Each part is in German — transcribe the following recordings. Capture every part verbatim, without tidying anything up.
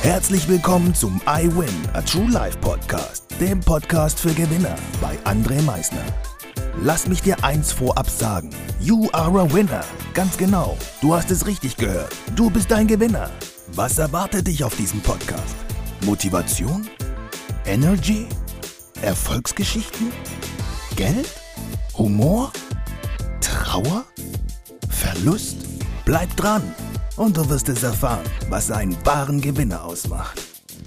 Herzlich willkommen zum I Win, a True Life Podcast, dem Podcast für Gewinner bei André Meisner. Lass mich dir eins vorab sagen. You are a winner. Ganz genau. Du hast es richtig gehört. Du bist ein Gewinner. Was erwartet dich auf diesem Podcast? Motivation? Energy? Erfolgsgeschichten? Geld? Humor? Trauer? Verlust? Bleib dran und du wirst es erfahren, was einen wahren Gewinner ausmacht.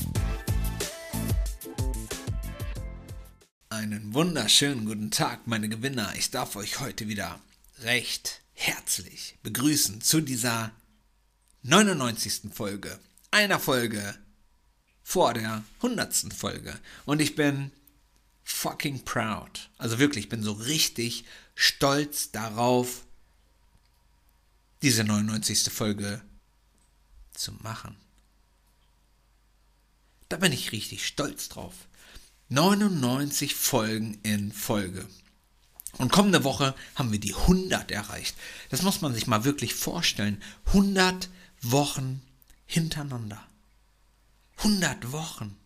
Einen wunderschönen guten Tag, meine Gewinner. Ich darf euch heute wieder recht herzlich begrüßen zu dieser neunundneunzigsten Folge. Einer Folge vor der hundertsten Folge. Und ich bin fucking proud. Also wirklich, ich bin so richtig stolz darauf, diese neunundneunzigste Folge zu machen. Da bin ich richtig stolz drauf. neunundneunzig Folgen in Folge. Und kommende Woche haben wir die hundert erreicht. Das muss man sich mal wirklich vorstellen. hundert Wochen hintereinander. hundert Wochen.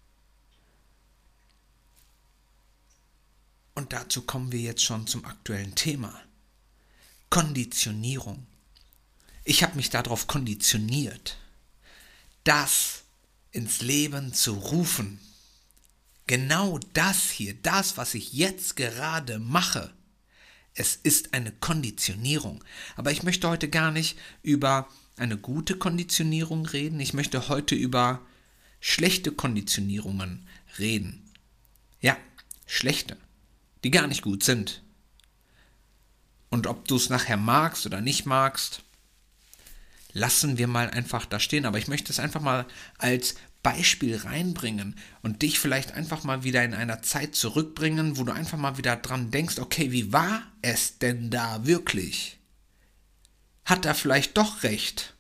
Und dazu kommen wir jetzt schon zum aktuellen Thema. Konditionierung. Ich habe mich darauf konditioniert, das ins Leben zu rufen. Genau das hier, das, was ich jetzt gerade mache, es ist eine Konditionierung. Aber ich möchte heute gar nicht über eine gute Konditionierung reden. Ich möchte heute über schlechte Konditionierungen reden. Ja, schlechte, die gar nicht gut sind. Und ob du es nachher magst oder nicht magst, lassen wir mal einfach da stehen. Aber ich möchte es einfach mal als Beispiel reinbringen und dich vielleicht einfach mal wieder in einer Zeit zurückbringen, wo du einfach mal wieder dran denkst, okay, wie war es denn da wirklich? Hat er vielleicht doch recht?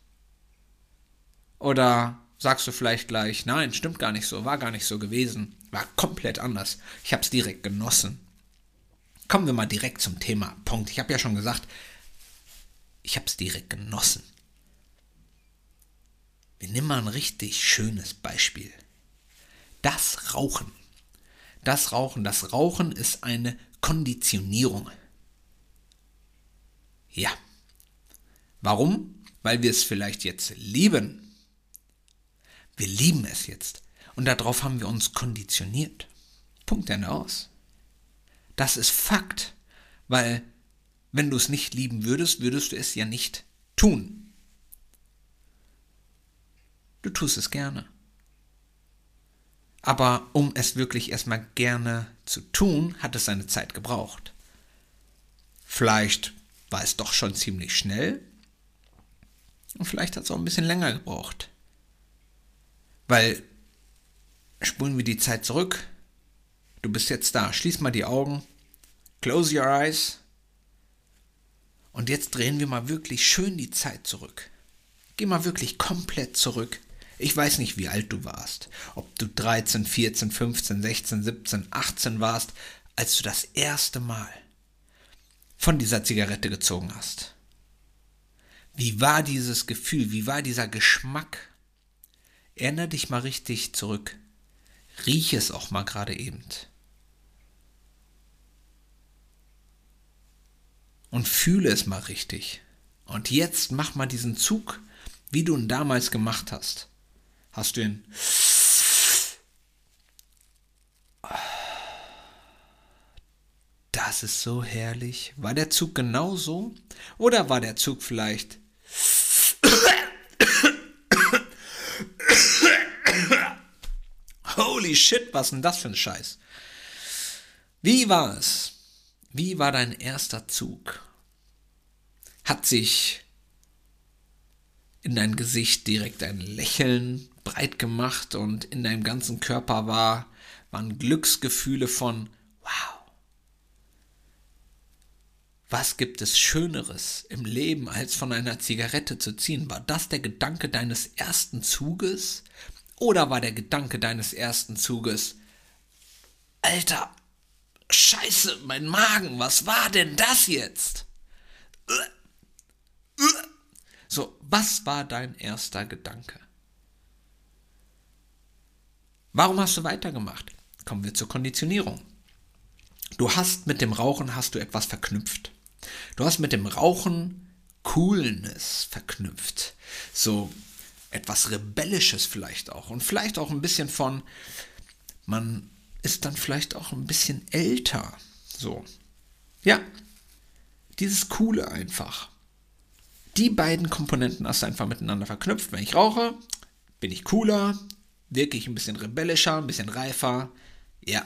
Oder sagst du vielleicht gleich, nein, stimmt gar nicht so, war gar nicht so gewesen, war komplett anders. Ich habe es direkt genossen. Kommen wir mal direkt zum Thema. Punkt. Ich habe ja schon gesagt, ich habe es direkt genossen. Wir nehmen mal ein richtig schönes Beispiel. Das Rauchen. Das Rauchen. Das Rauchen ist eine Konditionierung. Ja. Warum? Weil wir es vielleicht jetzt lieben. Wir lieben es jetzt. Und darauf haben wir uns konditioniert. Punkt Ende aus. Das ist Fakt. Weil, wenn du es nicht lieben würdest, würdest du es ja nicht tun. Du tust es gerne. Aber um es wirklich erstmal gerne zu tun, hat es seine Zeit gebraucht. Vielleicht war es doch schon ziemlich schnell und vielleicht hat es auch ein bisschen länger gebraucht. Weil, spulen wir die Zeit zurück, du bist jetzt da, schließ mal die Augen, close your eyes und jetzt drehen wir mal wirklich schön die Zeit zurück. Geh mal wirklich komplett zurück. Ich weiß nicht, wie alt du warst, ob du dreizehn, vierzehn, fünfzehn, sechzehn, siebzehn, achtzehn warst, als du das erste Mal von dieser Zigarette gezogen hast. Wie war dieses Gefühl, wie war dieser Geschmack? Erinnere dich mal richtig zurück. Riech es auch mal gerade eben. Und fühle es mal richtig. Und jetzt mach mal diesen Zug, wie du ihn damals gemacht hast. Hast du ihn? Das ist so herrlich. War der Zug genauso? Oder war der Zug vielleicht? Holy shit, was denn das für ein Scheiß? Wie war es? Wie war dein erster Zug? Hat sich in dein Gesicht direkt ein Lächeln breit gemacht und in deinem ganzen Körper war, waren Glücksgefühle von wow. Was gibt es Schöneres im Leben, als von einer Zigarette zu ziehen? War das der Gedanke deines ersten Zuges? Oder war der Gedanke deines ersten Zuges, Alter, Scheiße, mein Magen, was war denn das jetzt? So, was war dein erster Gedanke? Warum hast du weitergemacht? Kommen wir zur Konditionierung. Du hast mit dem Rauchen hast du etwas verknüpft. Du hast mit dem Rauchen Coolness verknüpft. So etwas Rebellisches vielleicht auch. Und vielleicht auch ein bisschen von, man ist dann vielleicht auch ein bisschen älter. So. Ja, dieses Coole einfach. Die beiden Komponenten hast du einfach miteinander verknüpft. Wenn ich rauche, bin ich cooler, wirke ich ein bisschen rebellischer, ein bisschen reifer. Ja.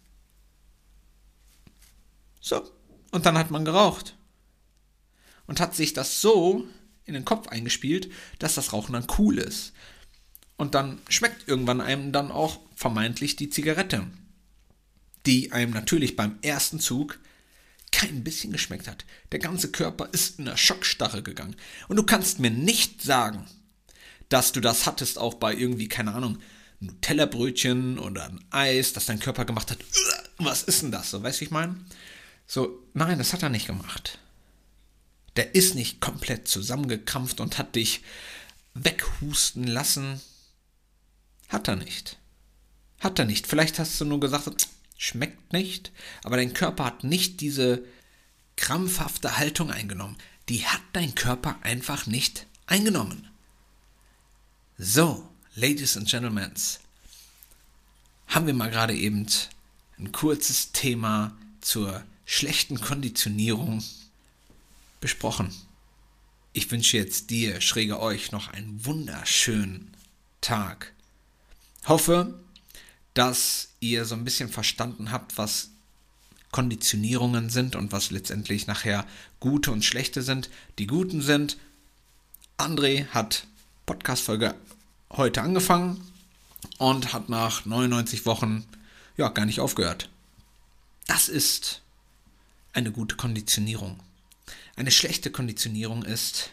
So. Und dann hat man geraucht. Und hat sich das so in den Kopf eingespielt, dass das Rauchen dann cool ist. Und dann schmeckt irgendwann einem dann auch vermeintlich die Zigarette, die einem natürlich beim ersten Zug kein bisschen geschmeckt hat. Der ganze Körper ist in eine Schockstarre gegangen. Und du kannst mir nicht sagen, dass du das hattest auch bei irgendwie, keine Ahnung, Nutella-Brötchen oder ein Eis, dass dein Körper gemacht hat, was ist denn das? So, weißt du, wie ich meine? So, nein, das hat er nicht gemacht. Der ist nicht komplett zusammengekrampft und hat dich weghusten lassen. Hat er nicht. Hat er nicht. Vielleicht hast du nur gesagt, schmeckt nicht, aber dein Körper hat nicht diese krampfhafte Haltung eingenommen. Die hat dein Körper einfach nicht eingenommen. So, Ladies and Gentlemen, haben wir mal gerade eben ein kurzes Thema zur schlechten Konditionierung besprochen. Ich wünsche jetzt dir, schräge euch, noch einen wunderschönen Tag. Hoffe, dass ihr so ein bisschen verstanden habt, was Konditionierungen sind und was letztendlich nachher gute und schlechte sind. Die guten sind, André hat Podcast-Folge heute angefangen und hat nach neunundneunzig Wochen ja gar nicht aufgehört. Das ist eine gute Konditionierung. Eine schlechte Konditionierung ist,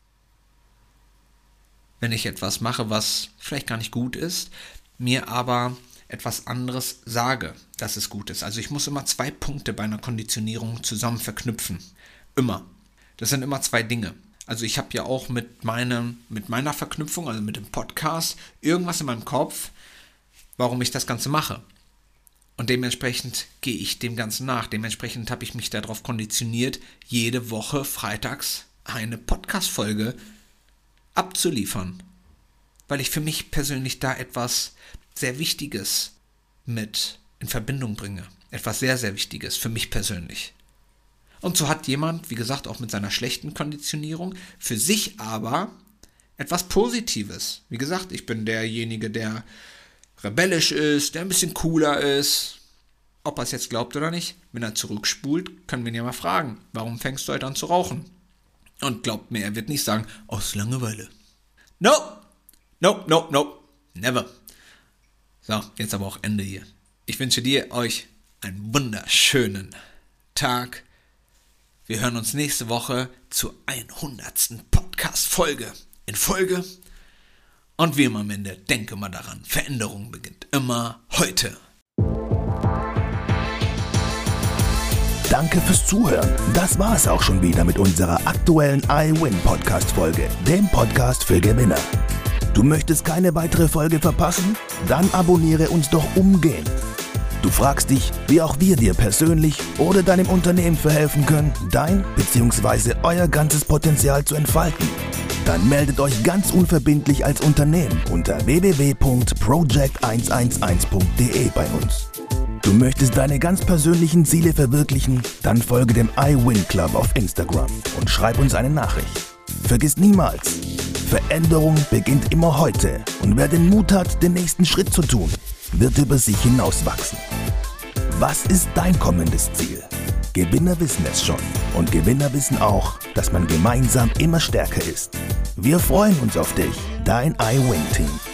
wenn ich etwas mache, was vielleicht gar nicht gut ist, mir aber etwas anderes sage, dass es gut ist. Also ich muss immer zwei Punkte bei einer Konditionierung zusammen verknüpfen. Immer. Das sind immer zwei Dinge. Also ich habe ja auch mit, meinem, mit meiner Verknüpfung, also mit dem Podcast, irgendwas in meinem Kopf, warum ich das Ganze mache. Und dementsprechend gehe ich dem Ganzen nach. Dementsprechend habe ich mich darauf konditioniert, jede Woche freitags eine Podcast-Folge abzuliefern. Weil ich für mich persönlich da etwas sehr Wichtiges mit in Verbindung bringe. Etwas sehr, sehr Wichtiges für mich persönlich. Und so hat jemand, wie gesagt, auch mit seiner schlechten Konditionierung, für sich aber etwas Positives. Wie gesagt, ich bin derjenige, der rebellisch ist, der ein bisschen cooler ist. Ob er es jetzt glaubt oder nicht, wenn er zurückspult, können wir ihn ja mal fragen, warum fängst du heute an zu rauchen? Und glaubt mir, er wird nicht sagen, aus Langeweile. No, no, no, no, never. So, jetzt aber auch Ende hier. Ich wünsche dir, euch einen wunderschönen Tag. Wir hören uns nächste Woche zur hundertsten Podcast-Folge in Folge. Und wie immer am Ende, denke mal daran, Veränderung beginnt immer heute. Danke fürs Zuhören. Das war es auch schon wieder mit unserer aktuellen iWin-Podcast-Folge, dem Podcast für Gewinner. Du möchtest keine weitere Folge verpassen? Dann abonniere uns doch umgehend. Du fragst dich, wie auch wir dir persönlich oder deinem Unternehmen verhelfen können, dein bzw. euer ganzes Potenzial zu entfalten. Dann meldet euch ganz unverbindlich als Unternehmen unter w w w punkt project eins eins eins punkt d e bei uns. Du möchtest deine ganz persönlichen Ziele verwirklichen? Dann folge dem iWin Club auf Instagram und schreib uns eine Nachricht. Vergiss niemals, Veränderung beginnt immer heute und wer den Mut hat, den nächsten Schritt zu tun, wird über sich hinauswachsen. Was ist dein kommendes Ziel? Gewinner wissen es schon und Gewinner wissen auch, dass man gemeinsam immer stärker ist. Wir freuen uns auf dich, dein iWin-Team.